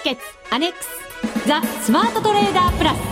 ケッツアネックスザ・スマートトレーダープラス。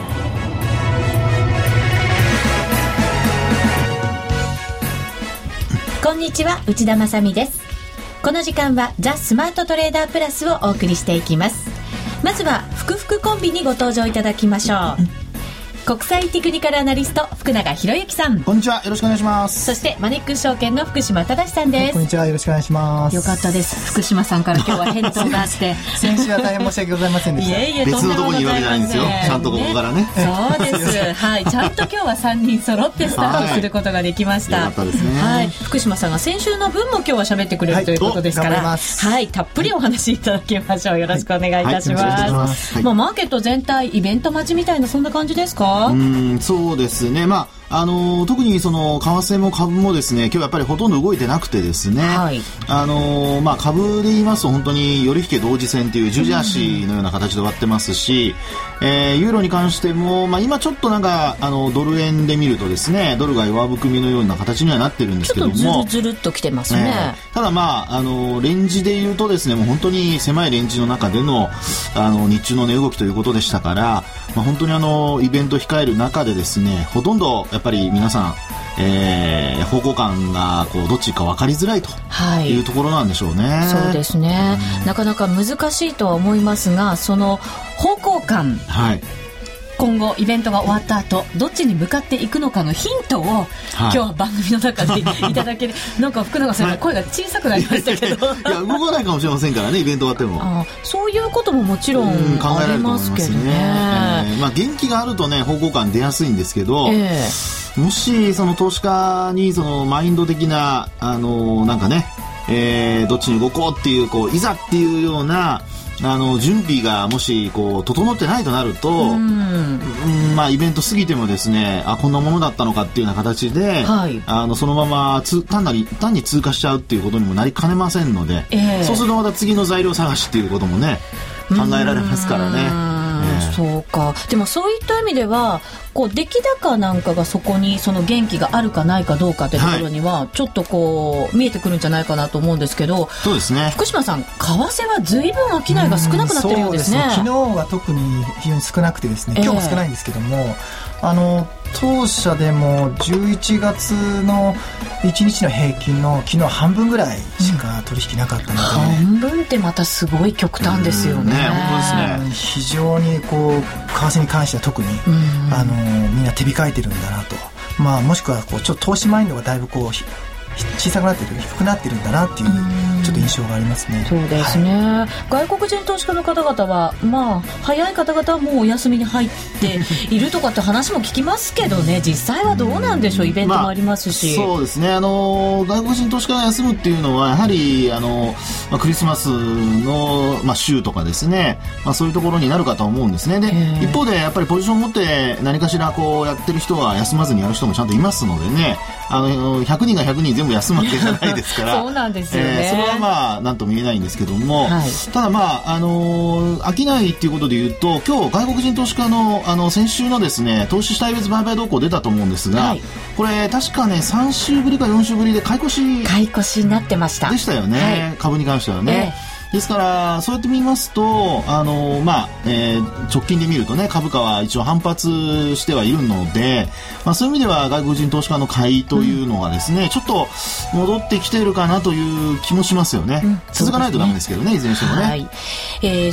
こんにちは、内田まさみです。この時間はザ・スマートトレーダープラスをお送りしていきます。まずはふくふくコンビにご登場いただきましょう。国際テクニカルアナリスト福永博之さん、 こんにちは、よろしくお願いします。 そしてマネックス証券の福島正さんです。 こんにちは、よろしくお願いします。 よかったです、福島さんから今日は返答があって先週は大変申し訳ございませんでした。 いえいえ、 別のところにいるわけじゃないんですよ、ちゃんとここからね。 そうです、はい、ちゃんと今日は3人揃ってスタートすることができました。 よかったですね。 はい、福島さんが先週の分も今日は喋ってくれるということですから、はい、たっぷりお話しいただきましょう。よろしくお願いいたします。マーケット全体イベント待ちみたいな、そんな感じですか？ そうですね、特にその為替も株もですね、今日やっぱりほとんど動いてなくてですね、 はい、 株で言いますと本当に寄り引け同時戦という十字足のような形で終わってますし、ユーロに関しても、今ちょっとなんかドル円で見るとですね、ドルが弱含みのような形にはなってるんですけども、 ちょっとずるずるっときてますね。 ただレンジで言うとですね、もう本当に狭いレンジの中での日中の値動きということでしたから、本当にイベント控える中でですね、ほとんどやっぱり皆さん、方向感がどっちか分かりづらいというところなんでしょうね。 そうですね、なかなか難しいとは思いますが、その方向感、 はい、 今後イベントが終わった後どっちに向かっていくのかのヒントを、今日は番組の中でいただけるなんか福永さんの声が小さくなりましたけど、 いや動かないかもしれませんからね、イベント終わっても。 そういうことももちろんありますけどね。 元気があるとね、方向感出やすいんですけど、もしその投資家にそのマインド的ななんかね、どっちに動こうっていういざっていうような準備がもし整ってないとなると、イベント過ぎてもですね、こんなものだったのかっていうような形で、はい、そのまま単に通過しちゃうっていうことにもなりかねませんので、そうするとまた次の材料探しっていうこともね考えられますからね。 そうか。でもそういった意味では出来高なんかがそこにその元気があるかないかどうかってところにはちょっと見えてくるんじゃないかなと思うんですけど、 そうですね、 福島さん、為替は随分商いが少なくなってるようですね。 そうですね、昨日は特に非常に少なくてですね、今日も少ないんですけども、当社でも11月の1日の平均の昨日半分ぐらいしか取引なかったので、 半分ってまたすごい極端ですよね。 本当ですね。 非常に為替に関しては特にみんな手控えてるんだなと、もしくはちょっと投資マインドがだいぶ小さくなってる、低くなってるんだなっていうちょっと印象がありますね。 そうですね、はい、外国人投資家の方々は早い方々はもうお休みに入っているとかって話も聞きますけどね、実際はどうなんでしょう。イベントもありますし、 そうですね、外国人投資家が休むっていうのはやはりクリスマスの、週とかですね、そういうところになるかと思うんですね。で、一方でやっぱりポジションを持って何かしらやってる人は休まずにやる人もちゃんといますのでね、100人が100人全部休むわけじゃないですからそうなんですよね、 それは何とも言えないんですけども、はい、ただ商いっていうことで言うと、今日外国人投資家の先週のですね、投資主体別売買動向出たと思うんですが、はい、これ確かね3週ぶりか4週ぶりで買い越しになってましたでしたよね、はい、株に関してはね、ですからそうやって見ますと直近で見るとね、株価は一応反発してはいるので、そういう意味では外国人投資家の買いというのがですね、ちょっと戻ってきているかなという気もしますよね、続かないとダメですけどね、いずれにしてもね、 はい。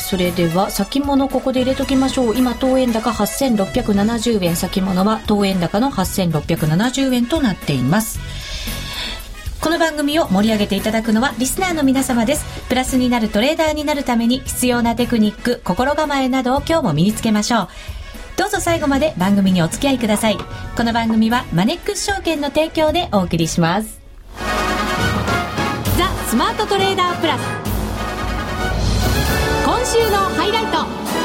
それでは先物ここで入れときましょう。今当円高8670円、先物は当円高の8670円となっています。この番組を盛り上げていただくのはリスナーの皆様です。プラスになるトレーダーになるために必要なテクニック、心構えなどを今日も身につけましょう。どうぞ最後まで番組にお付き合いください。この番組はマネックス証券の提供でお送りします。ザ・スマートトレーダープラス、今週のハイライト。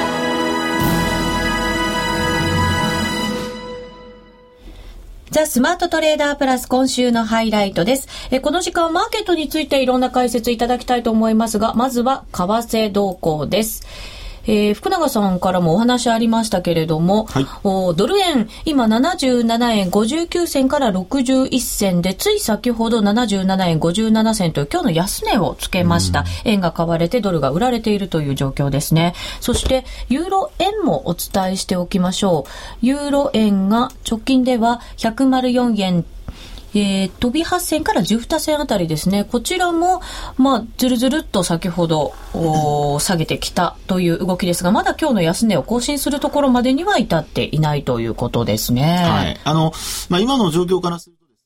ザ・スマートトレーダープラス、今週のハイライトです。この時間マーケットについていろんな解説いただきたいと思いますが、まずは為替動向です。 福永さんからもお話ありましたけれども、はい、ドル円今77円59銭から61銭で、つい先ほど77円57銭という今日の安値をつけました。円が買われてドルが売られているという状況ですね。そしてユーロ円もお伝えしておきましょう。ユーロ円が直近では104円飛び8銭から12銭あたりですね。こちらも、ずるずるっと先ほど下げてきたという動きですが、まだ今日の安値を更新するところまでには至っていないということですね。 はい。今の状況からすると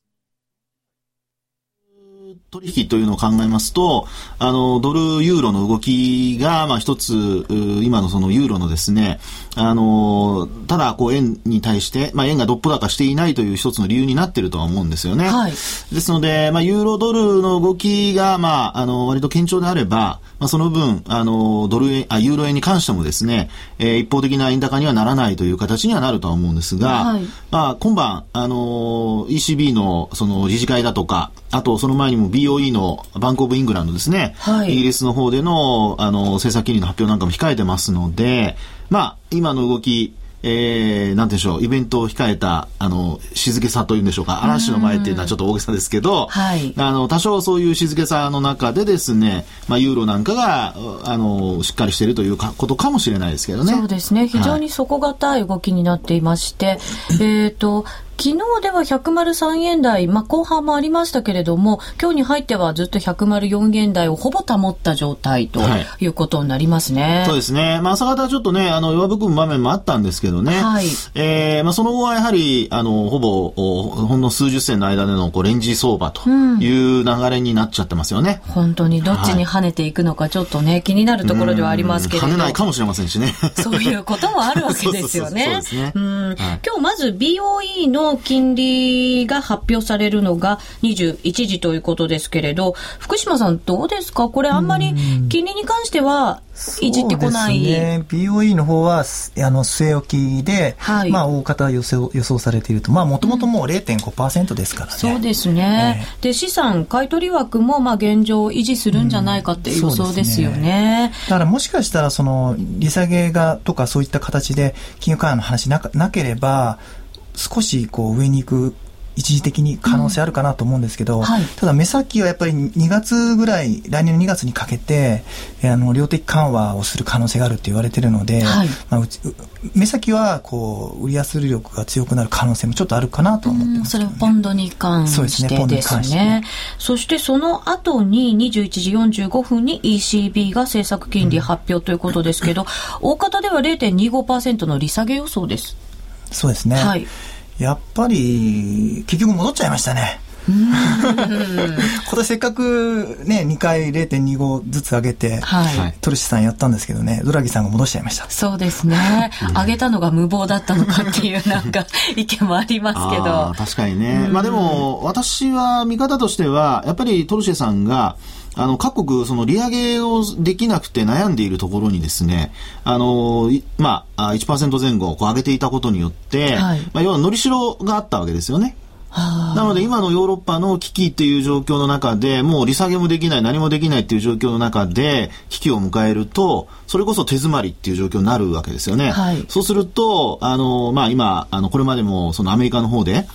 取引というのを考えますと、ドルユーロの動きが、一つ、今のそのユーロのですね、ただ、円に対して、円がどっぽ高していないという一つの理由になっているとは思うんですよね。はい。ですので、ユーロドルの動きが、割と堅調であれば、その分、ユーロ円に関してもですね、一方的な円高にはならないという形にはなるとは思うんですが、はい、今晩、ECB のその理事会だとか、あとその前にも BOE のバンクオブイングランドですね、はい、イギリスの方での、政策金利の発表なんかも控えてますので、今の動き、なんでしょう、イベントを控えた、静けさというんでしょうか、嵐の前っていうのはちょっと大げさですけど、はい、多少そういう静けさの中でですね、ユーロなんかが、しっかりしているということかもしれないですけどね。 そうですね。非常に底堅い動きになっていまして、昨日では103円台、後半もありましたけれども、今日に入ってはずっと104円台をほぼ保った状態ということになりますね。 はい、そうですね。朝方はちょっとね、弱含む場面もあったんですけどね。はい。その後はやはり、ほんの数十銭の間でのレンジ相場という流れになっちゃってますよね。 本当にどっちに跳ねていくのかちょっとね、気になるところではありますけれども。 跳ねないかもしれませんしね。 そういうこともあるわけですよね。 そうですね。 今日まず BOE の金利が発表されるのが21時ということですけれど、福島さんどうですか？これあんまり金利に関してはいじってこない。 そうですね。BOE の方は据え置きで、はい、大方予想されていると、もともともう 0.5% ですからね。 そうですね。で、資産買取枠も現状維持するんじゃないかっていう予想ですよね。 だからもしかしたらその利下げがとかそういった形で金融緩和の話なければ、少し上に行く一時的に可能性あるかなと思うんですけど、はい、ただ目先はやっぱり2月ぐらい、来年の2月にかけて量的緩和をする可能性があるって言われているので、はい、目先は売り安力が強くなる可能性もちょっとあるかなと思ってます、 ね。それはポンドに関してですね。そしてその後に21時45分に ECB が政策金利発表ということですけど、大方では 0.25% の利下げ予想です。 そうですね。はい。やっぱり結局戻っちゃいましたね。今年せっかくね2回 0.25 ずつ上げて、はい、トルシさんやったんですけどね、ドラギさんが戻しちゃいました。 そうですね。上げたのが無謀だったのかっていう意見もありますけど。 確かにね。でも私は見方としてはやっぱりトルシェさんが各国その利上げをできなくて悩んでいるところにですね、1% 前後上げていたことによって、はい、要はのりしろがあったわけですよね。なので今のヨーロッパの危機っていう状況の中でもう利下げもできない何もできないっていう状況の中で危機を迎えるとそれこそ手詰まりっていう状況になるわけですよね。はい、そうすると今これまでもそのアメリカの方で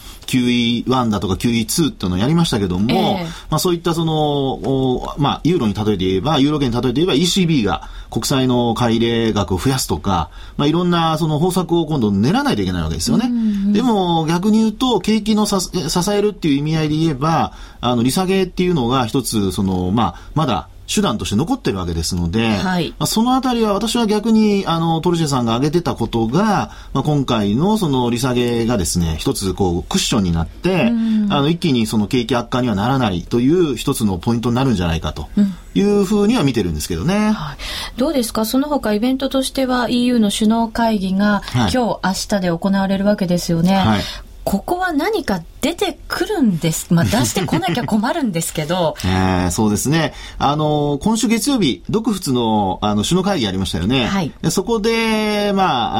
QE1 だとか QE2 っていうのをやりましたけども、そういったそのユーロに例えて言えばユーロ圏に例えて言えば ECB が国債の借り入れ額を増やすとか、いろんなその方策を今度練らないといけないわけですよね。でも逆に言うと景気の支えるっていう意味合いで言えば利下げっていうのが一つそのまだ手段として残ってるわけですので、はい、そのあたりは私は逆にトルシェさんが挙げてたことが、今回のその利下げがですね一つクッションになって一気にその景気悪化にはならないという一つのポイントになるんじゃないかというふうには見てるんですけどね。 はい、どうですか？その他イベントとしては EU の首脳会議が今日、明日で行われるわけですよね。はい、ここは何か出てくるんです。出してこなきゃ困るんですけど。 そうですね。今週月曜日、独仏の首脳会議ありましたよね。はい、でそこで、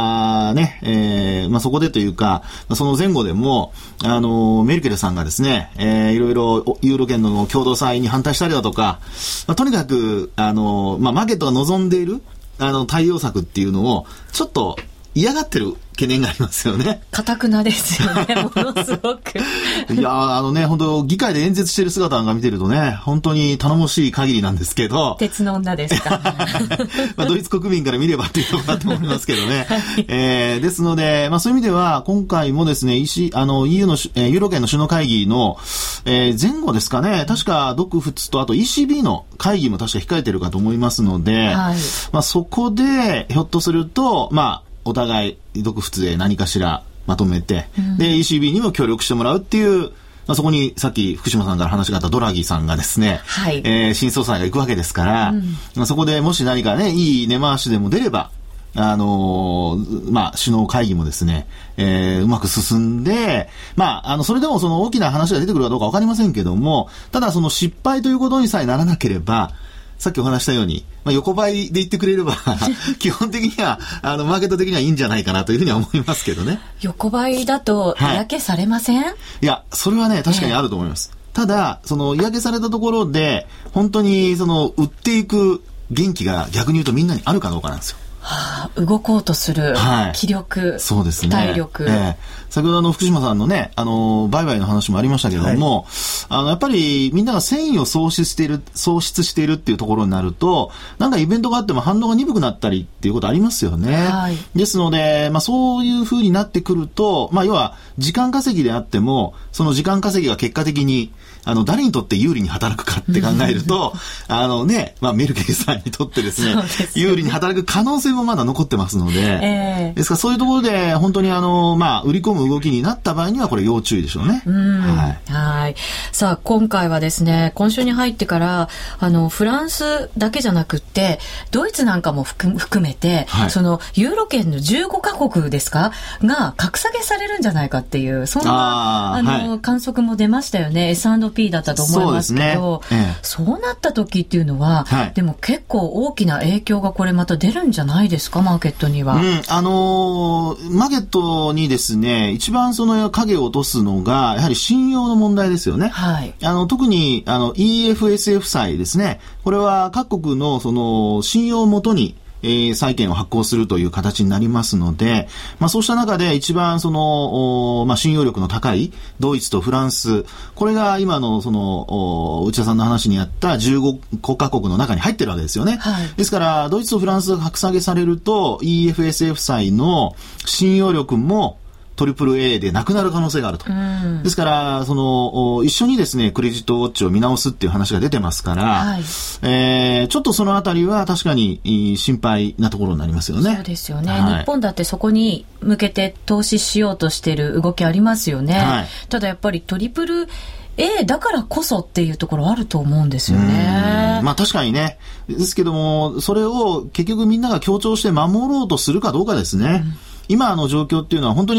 そこでというか、その前後でも、メルケルさんがですね、いろいろユーロ圏の共同債に反対したりだとか、とにかく、マーケットが望んでいる、 対応策っていうのをちょっと嫌がってる懸念がありますよね。 堅くなですよね、ものすごく。 いや本当議会で演説してる姿なんか見てるとね、本当に頼もしい限りなんですけど。 鉄の女ですか。 ドイツ国民から見ればっていうところだと思いますけどね。はい、ですので、そういう意味では、今回もですね、EU の、ユーロ圏の首脳会議の、前後ですかね、確か、独仏と、あと ECB の会議も確か控えてるかと思いますので、はい、そこで、ひょっとすると、お互い独仏で何かしらまとめて、で ECB にも協力してもらうっていう、そこにさっき福島さんから話があったドラギさんがですね、はい、新総裁が行くわけですから、そこでもし何かね、いい根回しでも出れば、首脳会議もですね、うまく進んで、それでもその大きな話が出てくるかどうかわかりませんけども、ただその失敗ということにさえならなければ、さっきお話したように、横ばいで言ってくれれば基本的にはマーケット的にはいいんじゃないかなというふうには思いますけどね。 横ばいだと嫌気されません？いや、それはね、確かにあると思います。ただ、その嫌気されたところで本当にその売っていく元気が逆に言うとみんなにあるかどうかなんですよ。 動こうとする気力、 そうですね、 体力、 先ほど福島さんのね、売買の話もありましたけども、やっぱりみんなが繊維を喪失しているっていうところになると、なんかイベントがあっても反応が鈍くなったりっていうことありますよね。はい、ですので、そういう風になってくると、要は時間稼ぎであっても、その時間稼ぎが結果的に誰にとって有利に働くかって考えると、メルケルさんにとってですね、有利に働く可能性もまだ残ってますので、ですからそういうところで本当に売り込む動きになった場合にはこれ要注意でしょうね。 はい。さあ、今回はですね、今週に入ってからフランスだけじゃなくってドイツなんかも含めて、そのユーロ圏の15カ国ですかが格下げされるんじゃないかっていう、そんな観測も出ましたよね。S&P だったと思いますけど、そうなった時っていうのは、でも結構大きな影響がこれまた出るんじゃないですか、マーケットには。マーケットにですね、一番その影を落とすのがやはり信用の問題ですよね。はい、特にEFSF 債ですね、これは各国のその信用をもとに債券を発行するという形になりますので、そうした中で一番その、信用力の高いドイツとフランス、これが今のその内田さんの話にあった15カ国の中に入ってるわけですよね。はい、ですからドイツとフランスが格下げされると EFSF 債の信用力もAAA でなくなる可能性があると。ですから一緒にですねクレジットウォッチを見直すっていう話が出てますから、ちょっとそのあたりは確かに心配なところになりますよね。 そうですよね。日本だってそこに向けて投資しようとしている動きありますよね。ただやっぱりAAAだからこそっていうところあると思うんですよね。 確かにね。ですけどもそれを結局みんなが強調して守ろうとするかどうかですね。今の状況っていうのは本当に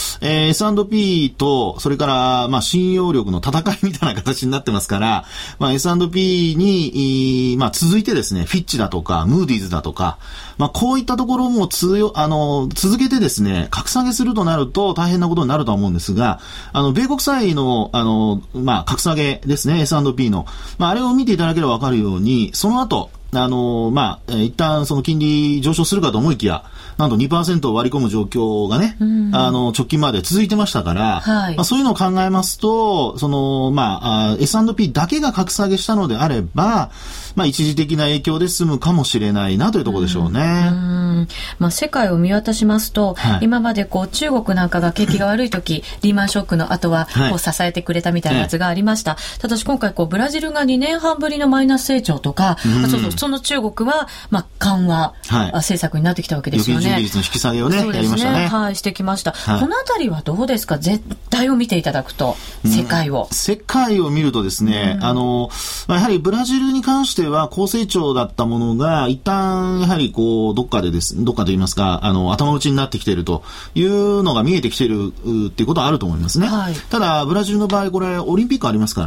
S&P とそれから信用力の戦いみたいな形になってますから、S&P に続いてですねフィッチだとかムーディーズだとか、こういったところも続けてですね格下げするとなると大変なことになるとは思うんですが、米国債の格下げですね S&P の、あれを見ていただければ分かるように、その後一旦その金利上昇するかと思いきや、なんと 2% を割り込む状況がね、直近まで続いてましたから、そういうのを考えますと、S&P だけが格下げしたのであれば、一時的な影響で済むかもしれないなというところでしょうね。 世界を見渡しますと、今まで中国なんかが景気が悪い時、リーマンショックの後は支えてくれたみたいなやつがありました。ただし今回ブラジルが2年半ぶりのマイナス成長とか、その中国は緩和政策になってきたわけですよね。 預金準備率の引き下げをね、やりましたね。 してきました。このあたりはどうですか、全体を見ていただくと、世界を見るとですね、やはりブラジルに関しては高成長だったものが一旦やはりどっかと言いますか、頭打ちになってきているというのが見えてきているっていうことはあると思いますね。ただブラジルの場合これオリンピックありますからね。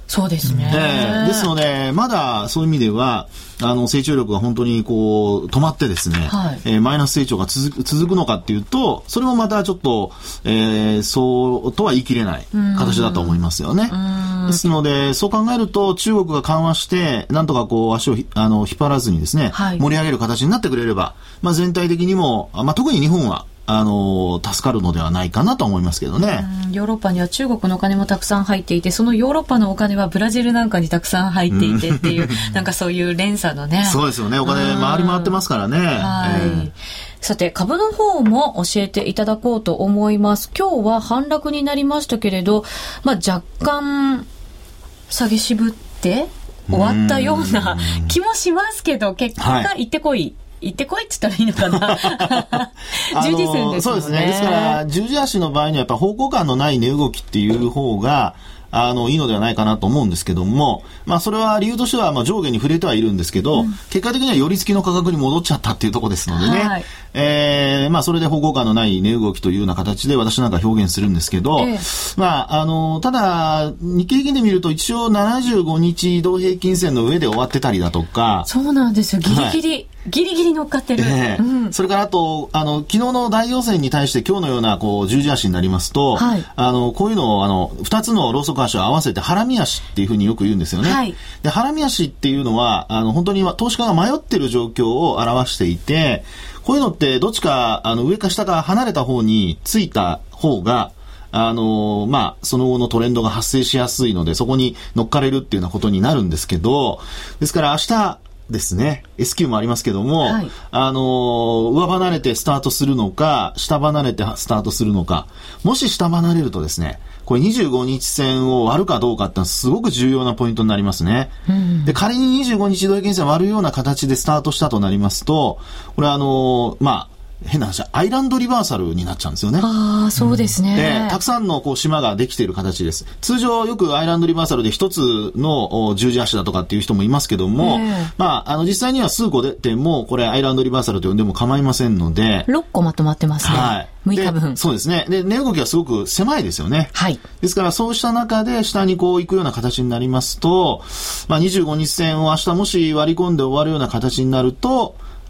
そうですね。 ですので、まだそういう意味では、成長力が本当にこう、止まってですね、はい、マイナス成長が続くのかっていうと、それもまたちょっと、そうとは言い切れない形だと思いますよね。ですので、そう考えると、中国が緩和して、なんとかこう、足を引っ張らずにですね、はい、盛り上げる形になってくれれば、全体的にも、特に日本は、助かるのではないかなと思いますけどね。 ヨーロッパには中国のお金もたくさん入っていて、そのヨーロッパのお金はブラジルなんかにたくさん入っていてっていう、なんかそういう連鎖のね。 そうですよね。お金回ってますからね。 はい。さて、株の方も教えていただこうと思います。今日は反落になりましたけれど、若干下げ渋って終わったような気もしますけど、結果が行ってこい。行ってこいって言ったらいいのかな十字線ですよね。 そうですね。ですから十字足の場合にはやっぱ方向感のない値動きっていう方がいいのではないかなと思うんですけども、それは理由としては上下に触れてはいるんですけど、結果的には寄り付きの価格に戻っちゃったっていうところですのでね、はい、それで方向感のない値動きというような形で私なんか表現するんですけど、ただ日経平均で見ると一応75日移動平均線の上で終わってたりだとか、 そうなんですよ、ギリギリ乗っかってる、 それからあと昨日の大陽線に対して今日のようなこう十字足になりますと、はい、こういうのを2つのローソク足を合わせてハラミ足っていうふうによく言うんですよね、はい、でハラミ足っていうのは本当に投資家が迷ってる状況を表していて、こういうのってどっちか上か下か離れた方についた方がその後のトレンドが発生しやすいので、そこに乗っかれるっていうようなことになるんですけど、ですから明日ですね、S q もありますけども、はい、上離れてスタートするのか、下離れてスタートするのか、もし下離れるとですね、これ25日線を割るかどうかってのはすごく重要なポイントになりますね。で、仮に25日移動平均線を割るような形でスタートしたとなりますと、これ変な話、アイランドリバーサルになっちゃうんですよね。 そうですね。 たくさんのこう島ができている形です。通常よくアイランドリバーサルで一つの十字足だとかっていう人もいますけども、実際には数個出ても、これアイランドリバーサルと呼んでも構いませんので。 6個まとまってますね。はい。6日分。 そうですね。で、値動きはすごく狭いですよね。はい。ですから、そうした中で下にこう行くような形になりますと、25日線を明日もし割り込んで終わるような形になると、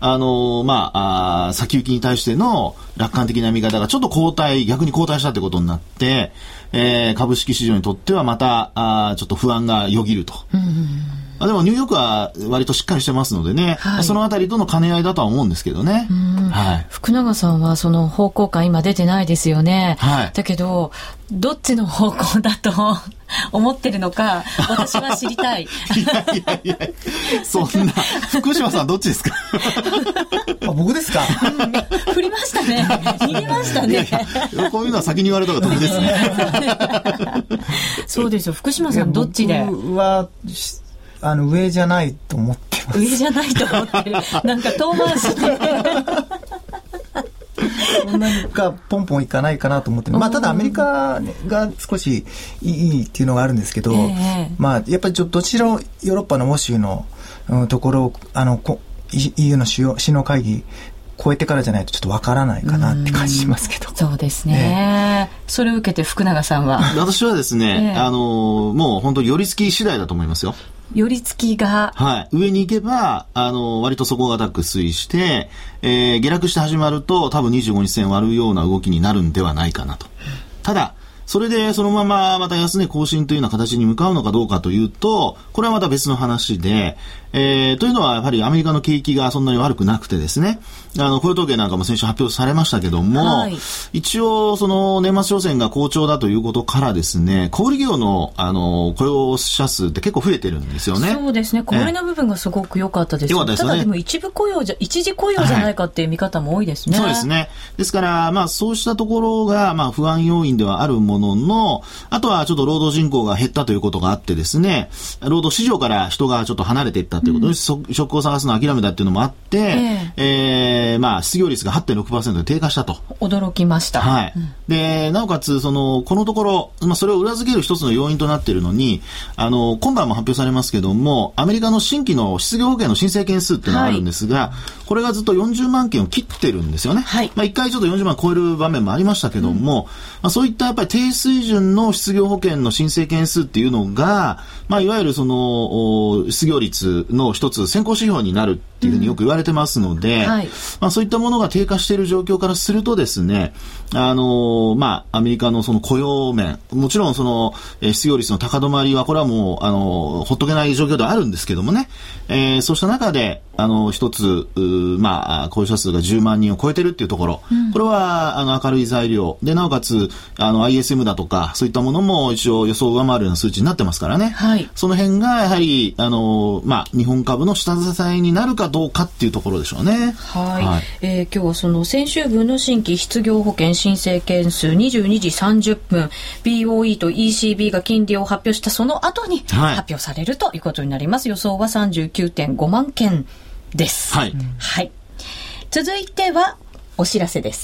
先行きに対しての楽観的な見方がちょっと逆に後退したってことになって、株式市場にとってはまた、ちょっと不安がよぎると。でもニューヨークは割としっかりしてますのでね、はい、そのあたりとの兼ね合いだとは思うんですけどね。 はい、福永さんはその方向感今出てないですよね。はい、だけど、どっちの方向だと思ってるのか、私は知りたい。 いや、そんな、福島さんどっちですか？ 僕ですか？ 振りましたね。逃げましたね。 いやこういうのは先に言われた方が得ですね。 そうですよ。福島さんどっちで？ 僕は上じゃないと思ってます。 上じゃないと思ってる。なんか遠回しで。 そんなにポンポンいかないかなと思ってる。ただアメリカが少しいいっていうのがあるんですけど、やっぱりどちらをヨーロッパの欧州のところをEU の首脳会議超えてからじゃないとちょっとわからないかなって感じしますけど。 そうですね。それを受けて福永さんは？ 私はですね、もう本当に寄り付き次第だと思いますよ。 寄り付きが、 はい、上に行けば割と底堅く推移して、下落して始まると多分25日線割るような動きになるんではないかなと。ただそれでそのまままた安値更新というような形に向かうのかどうかというと、これはまた別の話で、というのはやはりアメリカの景気がそんなに悪くなくてですね、雇用統計なんかも先週発表されましたけども、はい、一応その年末商戦が好調だということからですね、小売業の雇用者数って結構増えてるんですよね。 そうですね。小売の部分がすごく良かったです。 良かったですね。 ただでも一時雇用じゃないかっていう見方も多いですね。 そうですね。ですからそうしたところが不安要因ではあるものの、あとはちょっと労働人口が減ったということがあってですね、労働市場から人がちょっと離れていったということで、職を探すの諦めたっていうのもあって、失業率が 8.6% で低下したと。 驚きました。 はい。で、なおかつ、このところ、それを裏付ける一つの要因となっているのに、今晩も発表されますけども、アメリカの新規の失業保険の申請件数っていうのがあるんですが、これがずっと40万件を切ってるんですよね。一回ちょっと40万超える場面もありましたけども、そういったやっぱり低水準の失業保険の申請件数っていうのが、いわゆる失業率の一つ先行指標になるっていうふうによく言われてますので、そういったものが低下している状況からするとですね、アメリカのその雇用面、もちろん失業率の高止まりはこれはもうほっとけない状況ではあるんですけどもね、そうした中で一つ雇用者数が10万人を超えてるっていうところ、これは明るい材料で、なおかつISM だとかそういったものも一応予想を上回るような数値になってますからね、その辺がやはり日本株の下支えになるかどうかっていうところでしょうね。 今日はその先週分の新規失業保険申請件数22時30分 BOE と ECB が金利を発表したその後に発表されるということになります。予想は 39.5 万件です。続いてはお知らせです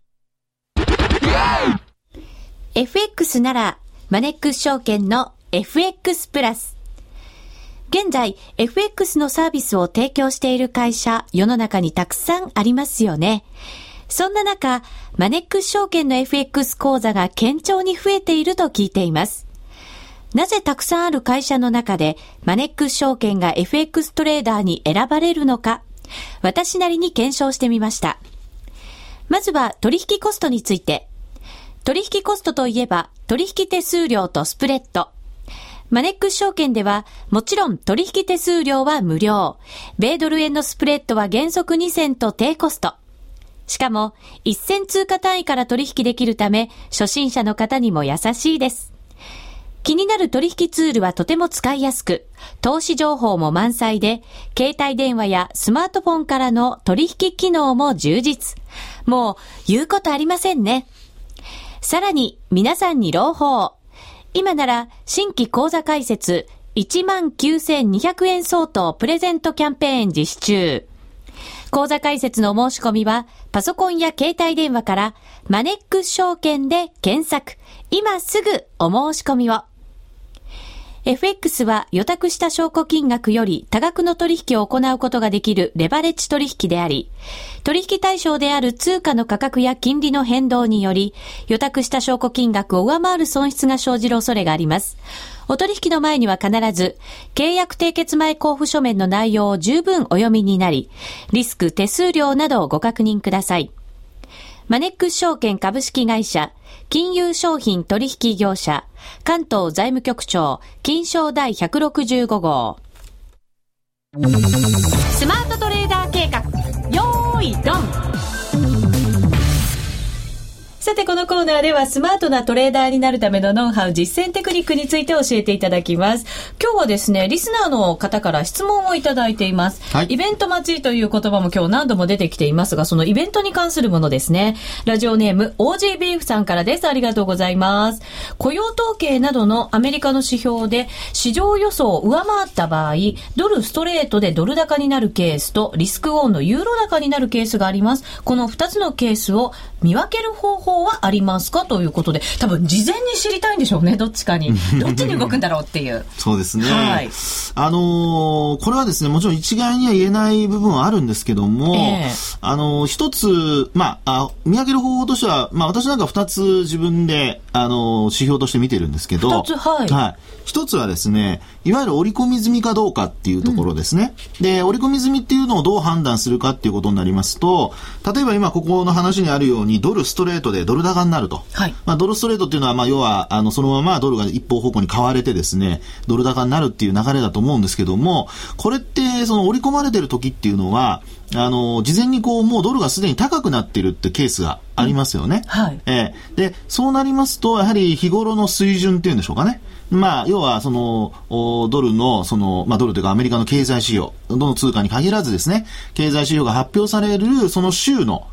。FX ならマネックス証券の FX プラス。現在 FX のサービスを提供している会社、世の中にたくさんありますよね。そんな中、マネックス証券の FX 口座が堅調に増えていると聞いています。なぜたくさんある会社の中でマネックス証券が FX トレーダーに選ばれるのか、私なりに検証してみました。まずは取引コストについて。取引コストといえば取引手数料とスプレッド。マネックス証券ではもちろん取引手数料は無料。米ドル円のスプレッドは原則2銭と低コスト。しかも1銭通貨単位から取引できるため初心者の方にも優しいです。気になる取引ツールはとても使いやすく、投資情報も満載で、携帯電話やスマートフォンからの取引機能も充実。もう言うことありませんね。さらに皆さんに朗報。今なら新規口座開設 19,200 円相当プレゼントキャンペーン実施中。口座開設の申し込みはパソコンや携帯電話からマネックス証券で検索。今すぐお申し込みを。FX は予託した証拠金額より多額の取引を行うことができるレバレッジ取引であり、取引対象である通貨の価格や金利の変動により、予託した証拠金額を上回る損失が生じる恐れがあります。お取引の前には必ず、契約締結前交付書面の内容を十分お読みになり、リスク、手数料などをご確認ください。マネックス証券株式会社、金融商品取引業者、関東財務局長、金商第165号。スマートトレーダー計画、よーいドン。さてこのコーナーではスマートなトレーダーになるためのノウハウ、実践テクニックについて教えていただきます。今日はですね、リスナーの方から質問をいただいています。イベント待ちという言葉も今日何度も出てきていますが、そのイベントに関するものですね。ラジオネーム OG ビーフさんからです。ありがとうございます。雇用統計などのアメリカの指標で市場予想を上回った場合、ドルストレートでドル高になるケースとリスクオンのユーロ高になるケースがあります。この2つのケースを見分ける方法はありますかということで、多分事前に知りたいんでしょうね。どっちかにどっちに動くんだろうっていうそうですね、これはですね、もちろん一概には言えない部分はあるんですけども、一つ、見分ける方法としては、私なんか2つ自分で指標として見てるんですけど、一つはですね、いわゆる織り込み済みかどうかっていうところですね、で織り込み済みっていうのをどう判断するかっていうことになりますと、例えば今ここの話にあるようにドルストレートでドル高になると、ドルストレートっていうのは要はそのままドルが一方方向に買われてですね、ドル高になるっていう流れだと思うんですけども、これってその織り込まれてる時っていうのは事前にもうドルがすでに高くなっているってケースがありますよね、でそうなりますとやはり日頃の水準っていうんでしょうかね、要はそのドルのドルというかアメリカの経済指標、どの通貨に限らずですね、経済指標が発表されるその週の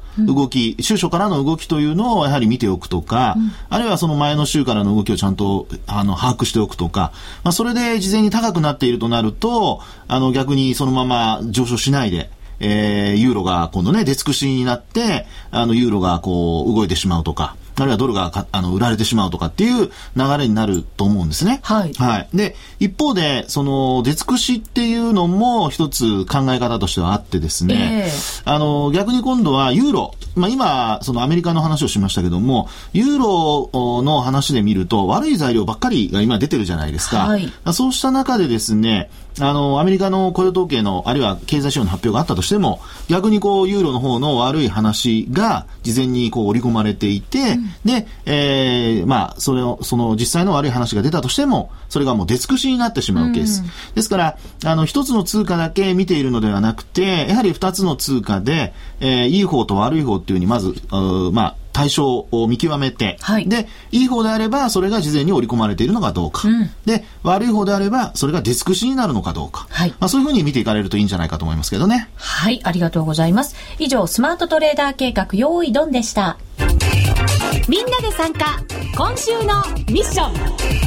動き、週初からの動きというのをやはり見ておくとか、あるいはその前の週からの動きをちゃんと把握しておくとか、それで事前に高くなっているとなると、逆にそのまま上昇しないで、ユーロが今度ね、出尽くしになって、ユーロがこう動いてしまうとか、あるいはドルが売られてしまうとかっていう流れになると思うんですね。 はい。 はい。で、一方で、その、出尽くしっていうのも一つ考え方としてはあってですね、逆に今度はユーロ、今、そのアメリカの話をしましたけども、ユーロの話で見ると悪い材料ばっかりが今出てるじゃないですか。 はい。 そうした中でですね、アメリカの雇用統計の、あるいは経済指標の発表があったとしても、逆にこう、ユーロの方の悪い話が事前にこう織り込まれていて、で、その実際の悪い話が出たとしても、それがもう出尽くしになってしまうケース。ですから、一つの通貨だけ見ているのではなくて、やはり二つの通貨で、いい方と悪い方っていうふうに、まず、対象を見極めて、はい、で、いい方であれば、それが事前に織り込まれているのかどうか。で、悪い方であれば、それが出尽くしになるのかどうか。はい。そういうふうに見ていかれるといいんじゃないかと思いますけどね。 はい、ありがとうございます。以上、スマートトレーダー計画、用意ドンでした。みんなで参加、今週のミッション。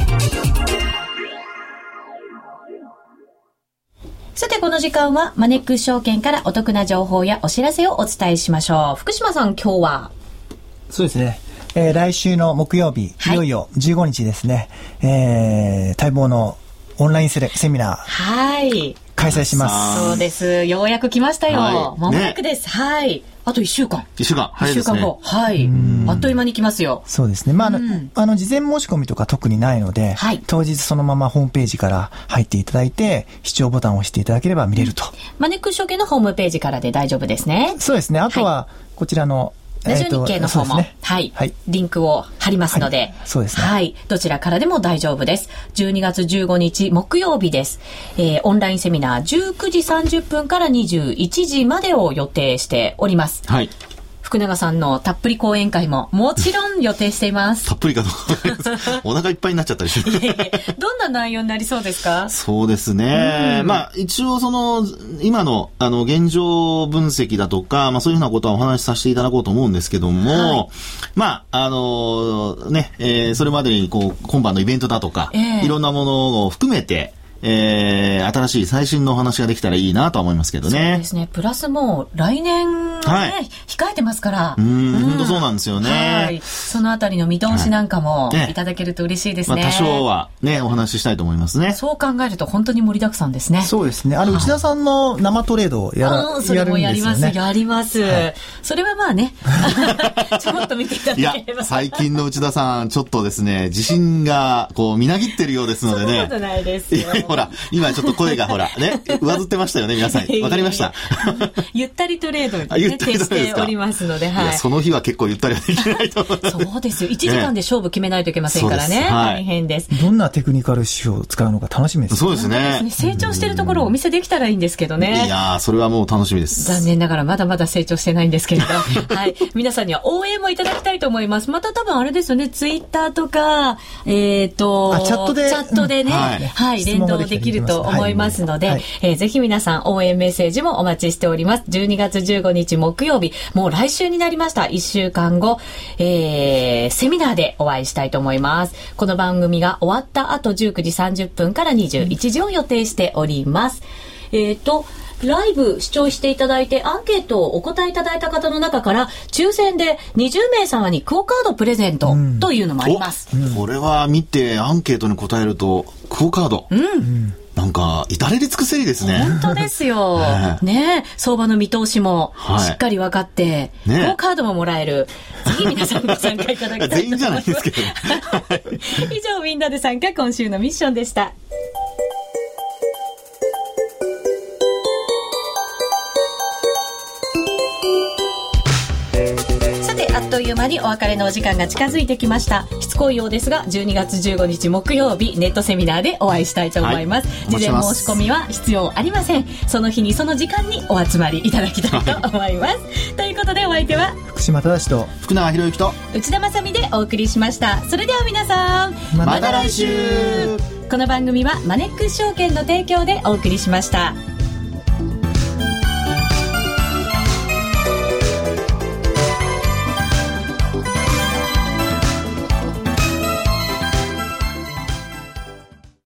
さてこの時間はマネックス証券からお得な情報やお知らせをお伝えしましょう。福島さん、今日はそうですね、来週の木曜日、いよいよ15日ですね、待望のオンラインセミナー、はい、開催します。 そうです。ようやく来ましたよ。はい、まもなくです。ね、はい。あと1週間。 1週間。早いですね。1週間後。 はい。あっという間に来ますよ。 そうですね。事前申し込みとか特にないので、はい、当日そのままホームページから入っていただいて、視聴ボタンを押していただければ見れると。 マネックス証券のホームページからで大丈夫ですね。 そうですね。あとは、こちらの、 ラジオ日経の方も、ね、はい、はい、リンクを貼りますので、はい、 そうですね。 はい、どちらからでも大丈夫です。12月15日木曜日です。オンラインセミナー19時30分から21時までを予定しております。 はい。 福永さんのたっぷり講演会ももちろん予定しています。 たっぷりかどうかお腹いっぱいになっちゃったりしますどんな内容になりそうですか？ そうですね。一応今の現状分析だとか、そういうふうなことはお話しさせていただこうと思うんですけども、はい、それまでに今晩のイベントだとか、いろんなものを含めて、新しい最新のお話ができたらいいなとは思いますけどね。 そうですね。プラスもう来年ね、はい、控えてますから。 本当そうなんですよね。 はい。そのあたりの見通しなんかもいただけると嬉しいですね。 多少はね、お話ししたいと思いますね。 そう考えると本当に盛りだくさんですね。 そうですね。内田さんの生トレードをやるんですよね。 それもやります、やります。はい、それはまあね、ちょっと見ていただければ。 いや、最近の内田さん、ちょっとですね、自信がみなぎってるようですのでね。 そんなことないですよ。 ほら、今ちょっと声がほら、ね、上ずってましたよね、皆さん。わかりました。 ゆったりトレードにね、徹しておりますので、はい。いや、 その日は結構ゆったりはできないと思う。 そうですよ。1時間で勝負決めないといけませんからね。はい、大変です。 どんなテクニカル指標を使うのか楽しみですね。 そうですね。 成長しているところをお見せできたらいいんですけどね。 いやー、それはもう楽しみです。 残念ながらまだまだ成長してないんですけれど。はい。皆さんには応援もいただきたいと思います。また多分あれですよね、ツイッターとか、チャットでね、はい、連動できると思いますので、ぜひ皆さん応援メッセージもお待ちしております。12月15日木曜日、もう来週になりました。1週間後、セミナーでお会いしたいと思います。この番組が終わった後19時30分から21時を予定しております。ライブ視聴していただいてアンケートをお答えいただいた方の中から抽選で20名様にクオカードプレゼントというのもあります。 これは見てアンケートに答えるとクオカード。なんか至れり尽くせりですね。 本当ですよ。ね、相場の見通しもしっかり分かって、クオカードももらえる。ぜひ皆さんご参加いただきたいと思います。 全員じゃないですけど。 以上、みんなで参加、今週のミッションでした。あっという間にお別れのお時間が近づいてきました。しつこいようですが12月15日木曜日ネットセミナーでお会いしたいと思います。事前申し込みは必要ありません。その日にその時間にお集まりいただきたいと思いますということでお相手は福島正と福永博之と内田まさみでお送りしました。それでは皆さんまた来週。 この番組はマネックス証券の提供でお送りしました。